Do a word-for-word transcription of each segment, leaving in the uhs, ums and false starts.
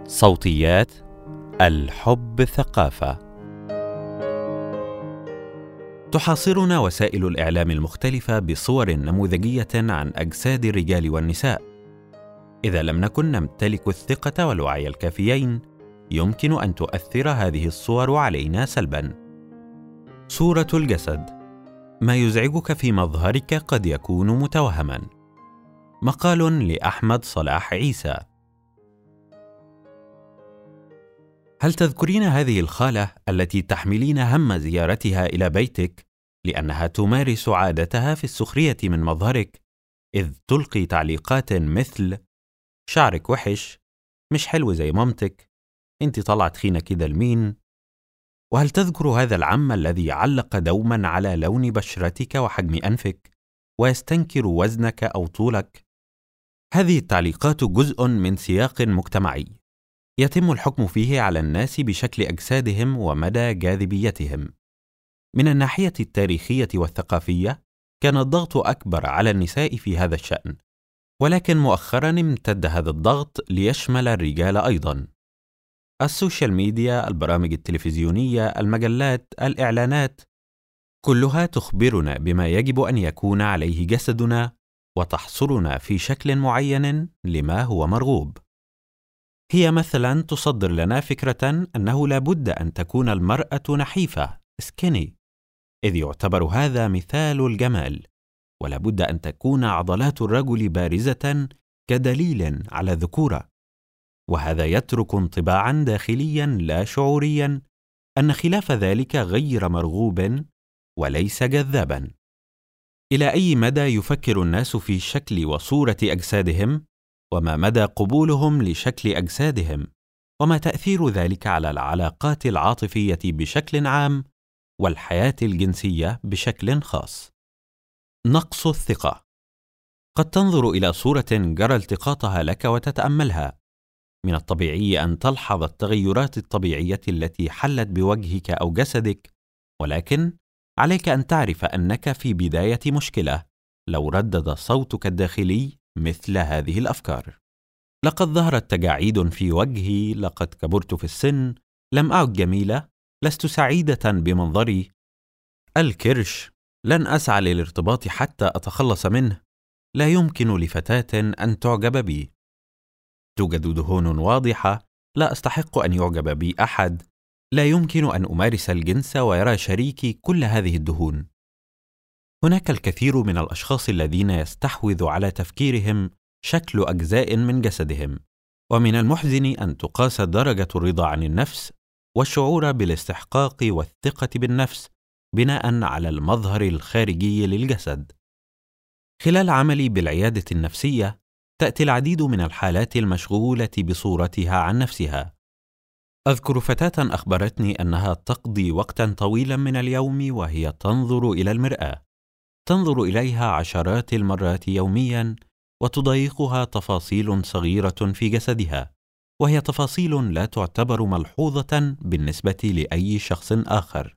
صوتيات الحب ثقافة. تحاصرنا وسائل الإعلام المختلفة بصور نموذجية عن أجساد الرجال والنساء. إذا لم نكن نمتلك الثقة والوعي الكافيين، يمكن أن تؤثر هذه الصور علينا سلباً. صورة الجسد: ما يزعجك في مظهرك قد يكون متوهماً. مقال لأحمد صلاح عيسى. هل تذكرين هذه الخالة التي تحملين هم زيارتها إلى بيتك لأنها تمارس عادتها في السخرية من مظهرك، إذ تلقي تعليقات مثل شعرك وحش، مش حلو زي مامتك، انت طلعت تخينة كده لمين؟ وهل تذكر هذا العم الذي علق دوما على لون بشرتك وحجم أنفك ويستنكر وزنك أو طولك؟ هذه التعليقات جزء من سياق مجتمعي يتم الحكم فيه على الناس بشكل أجسادهم ومدى جاذبيتهم. من الناحية التاريخية والثقافية كان الضغط أكبر على النساء في هذا الشأن، ولكن مؤخراً امتد هذا الضغط ليشمل الرجال أيضاً. السوشيال ميديا، البرامج التلفزيونية، المجلات، الإعلانات، كلها تخبرنا بما يجب أن يكون عليه جسدنا وتحصرنا في شكل معين لما هو مرغوب. هي مثلاً تصدر لنا فكرة أنه لا بد أن تكون المرأة نحيفة سكيني، إذ يعتبر هذا مثال الجمال، ولا بد أن تكون عضلات الرجل بارزة كدليل على الذكورة، وهذا يترك انطباعاً داخلياً لا شعورياً أن خلاف ذلك غير مرغوب وليس جذاباً. إلى أي مدى يفكر الناس في شكل وصورة أجسادهم؟ وما مدى قبولهم لشكل أجسادهم؟ وما تأثير ذلك على العلاقات العاطفية بشكل عام والحياة الجنسية بشكل خاص؟ نقص الثقة. قد تنظر إلى صورة جرى التقاطها لك وتتأملها. من الطبيعي أن تلحظ التغيرات الطبيعية التي حلت بوجهك أو جسدك، ولكن عليك أن تعرف أنك في بداية مشكلة لو ردد صوتك الداخلي مثل هذه الأفكار. لقد ظهرت تجاعيد في وجهي، لقد كبرت في السن، لم أعد جميلة، لست سعيدة بمنظري، الكرش، لن أسعى للارتباط حتى أتخلص منه، لا يمكن لفتاة أن تعجب بي، توجد دهون واضحة، لا أستحق أن يعجب بي أحد، لا يمكن أن أمارس الجنس ويرى شريكي كل هذه الدهون. هناك الكثير من الأشخاص الذين يستحوذ على تفكيرهم شكل أجزاء من جسدهم، ومن المحزن أن تقاس درجة الرضا عن النفس والشعور بالاستحقاق والثقة بالنفس بناء على المظهر الخارجي للجسد. خلال عملي بالعيادة النفسية تأتي العديد من الحالات المشغولة بصورتها عن نفسها. أذكر فتاة أخبرتني أنها تقضي وقتاً طويلاً من اليوم وهي تنظر إلى المرآة، تنظر إليها عشرات المرات يومياً، وتضايقها تفاصيل صغيرة في جسدها، وهي تفاصيل لا تعتبر ملحوظة بالنسبة لأي شخص آخر.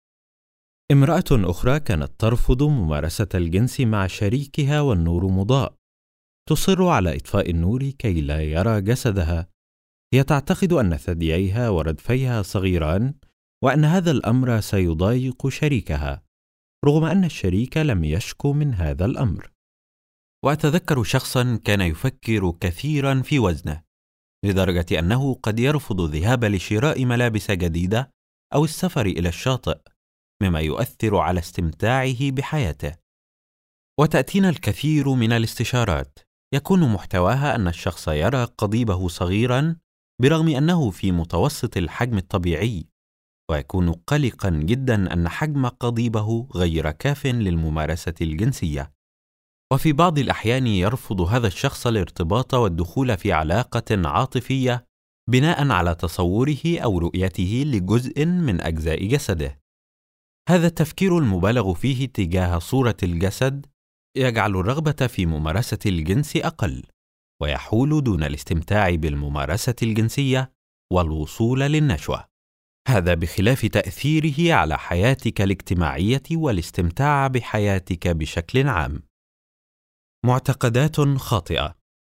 امرأة أخرى كانت ترفض ممارسة الجنس مع شريكها والنور مضاء، تصر على إطفاء النور كي لا يرى جسدها. هي تعتقد أن ثدييها وردفيها صغيران، وأن هذا الأمر سيضايق شريكها، رغم أن الشريك لم يشكو من هذا الأمر. وأتذكر شخصاً كان يفكر كثيراً في وزنه، لدرجة أنه قد يرفض الذهاب لشراء ملابس جديدة أو السفر إلى الشاطئ، مما يؤثر على استمتاعه بحياته. وتأتينا الكثير من الاستشارات يكون محتواها أن الشخص يرى قضيبه صغيراً برغم أنه في متوسط الحجم الطبيعي، ويكون قلقاً جداً أن حجم قضيبه غير كاف للممارسة الجنسية. وفي بعض الأحيان يرفض هذا الشخص الارتباط والدخول في علاقة عاطفية بناء على تصوره أو رؤيته لجزء من أجزاء جسده. هذا التفكير المبالغ فيه تجاه صورة الجسد يجعل الرغبة في ممارسة الجنس أقل، ويحول دون الاستمتاع بالممارسة الجنسية والوصول للنشوة. هذا بخلاف تأثيره على حياتك الاجتماعية والاستمتاع بحياتك بشكل عام. معتقدات خاطئة.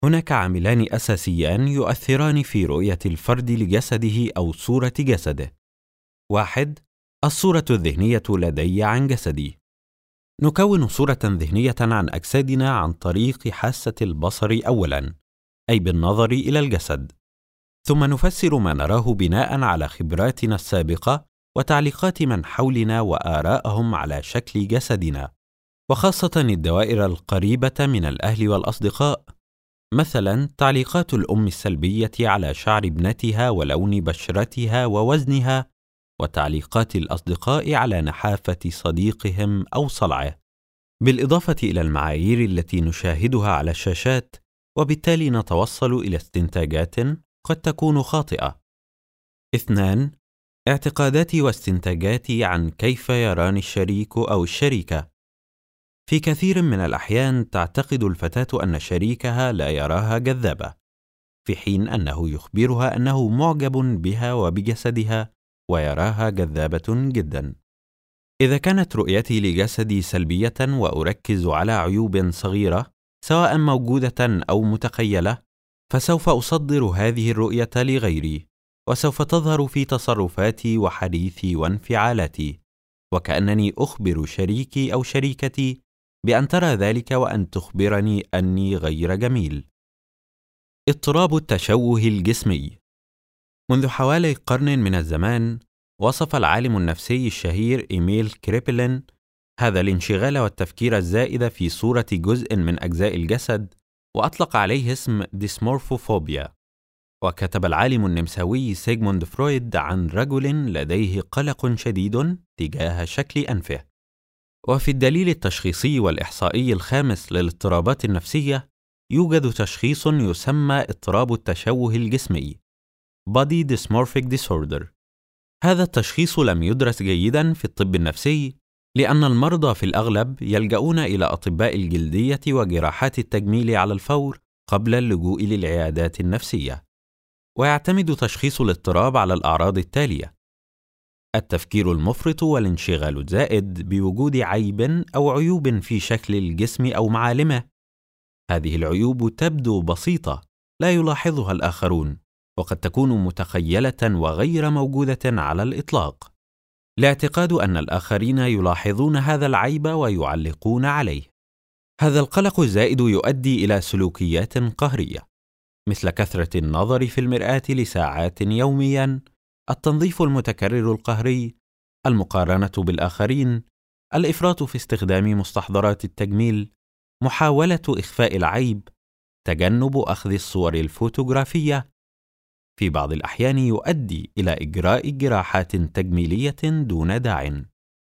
هناك عاملان أساسيان يؤثران في رؤية الفرد لجسده أو صورة جسده. واحد، الصورة الذهنية لدي عن جسدي. نكون صورة ذهنية عن أجسادنا عن طريق حاسة البصر أولاً، أي بالنظر إلى الجسد، ثم نفسر ما نراه بناء على خبراتنا السابقة وتعليقات من حولنا وآرائهم على شكل جسدنا، وخاصة الدوائر القريبة من الأهل والأصدقاء، مثلا تعليقات الأم السلبية على شعر ابنتها ولون بشرتها ووزنها، وتعليقات الأصدقاء على نحافة صديقهم أو صلعه، بالإضافة إلى المعايير التي نشاهدها على الشاشات، وبالتالي نتوصل إلى استنتاجات قد تكون خاطئة. اثنان، اعتقاداتي واستنتاجاتي عن كيف يراني الشريك أو الشريكة. في كثير من الأحيان تعتقد الفتاة أن شريكها لا يراها جذابة، في حين أنه يخبرها أنه معجب بها وبجسدها ويراها جذابة جدا. إذا كانت رؤيتي لجسدي سلبية وأركز على عيوب صغيرة سواء موجودة أو متخيلة، فسوف أصدر هذه الرؤية لغيري، وسوف تظهر في تصرفاتي وحديثي وانفعالاتي، وكأنني أخبر شريكي أو شريكتي بأن ترى ذلك وأن تخبرني أني غير جميل. اضطراب التشوه الجسمي. منذ حوالي قرن من الزمان، وصف العالم النفسي الشهير إيميل كريبلين هذا الانشغال والتفكير الزائد في صورة جزء من أجزاء الجسد، وأطلق عليه اسم ديسمورفوفوبيا. وكتب العالم النمساوي سيغموند فرويد عن رجل لديه قلق شديد تجاه شكل أنفه. وفي الدليل التشخيصي والإحصائي الخامس للاضطرابات النفسية يوجد تشخيص يسمى اضطراب التشوه الجسمي Body Dysmorphic Disorder. هذا التشخيص لم يدرس جيداً في الطب النفسي، لأن المرضى في الأغلب يلجؤون إلى أطباء الجلدية وجراحات التجميل على الفور قبل اللجوء للعيادات النفسية. ويعتمد تشخيص الاضطراب على الأعراض التالية: التفكير المفرط والانشغال الزائد بوجود عيب أو عيوب في شكل الجسم أو معالمه. هذه العيوب تبدو بسيطة لا يلاحظها الآخرون، وقد تكون متخيلة وغير موجودة على الإطلاق. الاعتقاد أن الآخرين يلاحظون هذا العيب ويعلقون عليه. هذا القلق الزائد يؤدي إلى سلوكيات قهرية، مثل كثرة النظر في المرآة لساعات يومياً، التنظيف المتكرر القهري، المقارنة بالآخرين، الإفراط في استخدام مستحضرات التجميل، محاولة إخفاء العيب، تجنب أخذ الصور الفوتوغرافية. في بعض الأحيان يؤدي إلى إجراء جراحات تجميلية دون داع.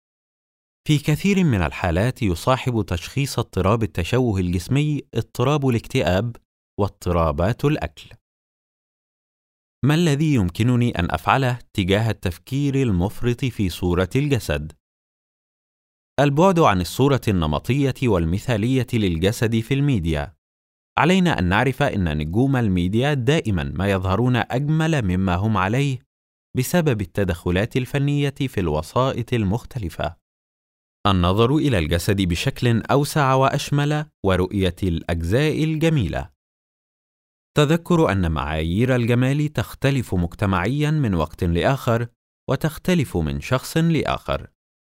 في كثير من الحالات يصاحب تشخيص اضطراب التشوه الجسمي اضطراب الاكتئاب واضطرابات الأكل. ما الذي يمكنني أن أفعله تجاه التفكير المفرط في صورة الجسد؟ البعد عن الصورة النمطية والمثالية للجسد في الميديا. علينا أن نعرف أن نجوم الميديا دائما ما يظهرون أجمل مما هم عليه بسبب التدخلات الفنية في الوسائط المختلفة. النظر إلى الجسد بشكل أوسع وأشمل ورؤية الأجزاء الجميلة. تذكر أن معايير الجمال تختلف مجتمعيا من وقت لآخر وتختلف من شخص لآخر.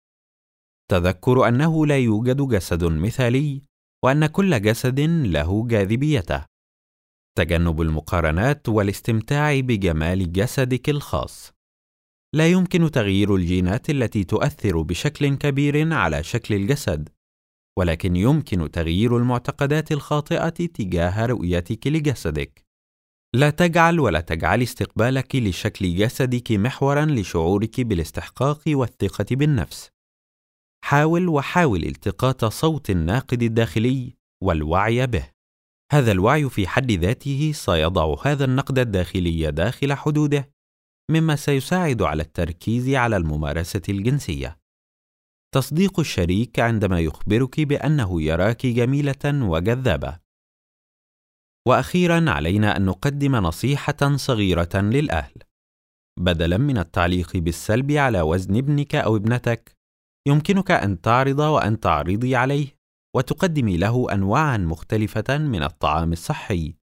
تذكر أنه لا يوجد جسد مثالي، وأن كل جسد له جاذبيته. تجنب المقارنات والاستمتاع بجمال جسدك الخاص. لا يمكن تغيير الجينات التي تؤثر بشكل كبير على شكل الجسد، ولكن يمكن تغيير المعتقدات الخاطئة تجاه رؤيتك لجسدك. لا تجعل ولا تجعل استقبالك لشكل جسدك محوراً لشعورك بالاستحقاق والثقة بالنفس. حاول وحاول التقاط صوت الناقد الداخلي والوعي به. هذا الوعي في حد ذاته سيضع هذا النقد الداخلي داخل حدوده، مما سيساعد على التركيز على الممارسة الجنسية. تصديق الشريك عندما يخبرك بأنه يراك جميلة وجذابة. وأخيراً، علينا أن نقدم نصيحة صغيرة للأهل. بدلاً من التعليق بالسلب على وزن ابنك أو ابنتك، يمكنك أن تعرض وأن تعرضي عليه وتقدمي له أنواعاً مختلفة من الطعام الصحي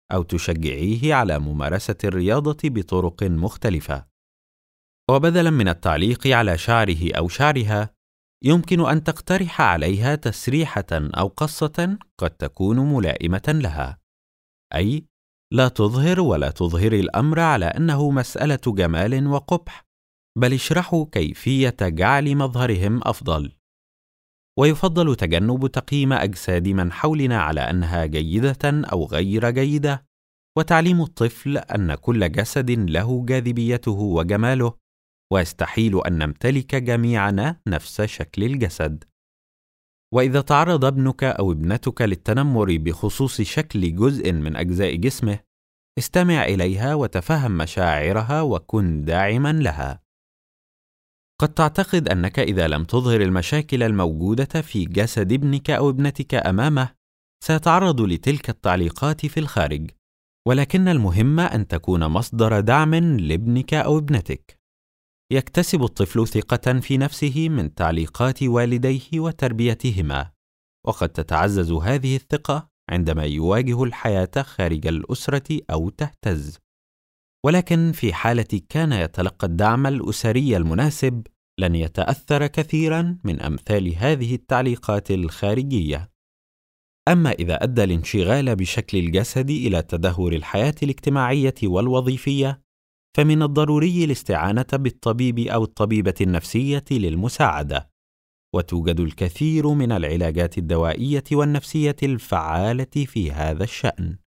أو تشجعيه على ممارسة الرياضة بطرق مختلفة. وبدلاً من التعليق على شعره أو شعرها، يمكن أن تقترح عليها تسريحة أو قصة قد تكون ملائمة لها، أي لا تظهر ولا تظهري الأمر على أنه مسألة جمال وقبح، بل اشرحوا كيفية جعل مظهرهم أفضل. ويفضل تجنب تقييم أجساد من حولنا على أنها جيدة أو غير جيدة، وتعليم الطفل أن كل جسد له جاذبيته وجماله، ويستحيل أن نمتلك جميعنا نفس شكل الجسد. وإذا تعرض ابنك أو ابنتك للتنمر بخصوص شكل جزء من أجزاء جسمه، استمع إليها وتفهم مشاعرها وكن داعما لها. قد تعتقد أنك إذا لم تظهر المشاكل الموجودة في جسد ابنك أو ابنتك أمامه، سيتعرض لتلك التعليقات في الخارج، ولكن المهم أن تكون مصدر دعم لابنك أو ابنتك. يكتسب الطفل ثقة في نفسه من تعليقات والديه وتربيتهما، وقد تتعزز هذه الثقة عندما يواجه الحياة خارج الأسرة أو تهتز. ولكن في حالة كان يتلقى الدعم الأسري المناسب، لن يتأثر كثيرا من أمثال هذه التعليقات الخارجية. أما إذا أدى الانشغال بشكل الجسد إلى تدهور الحياة الاجتماعية والوظيفية، فمن الضروري الاستعانة بالطبيب أو الطبيبة النفسية للمساعدة، وتوجد الكثير من العلاجات الدوائية والنفسية الفعالة في هذا الشأن.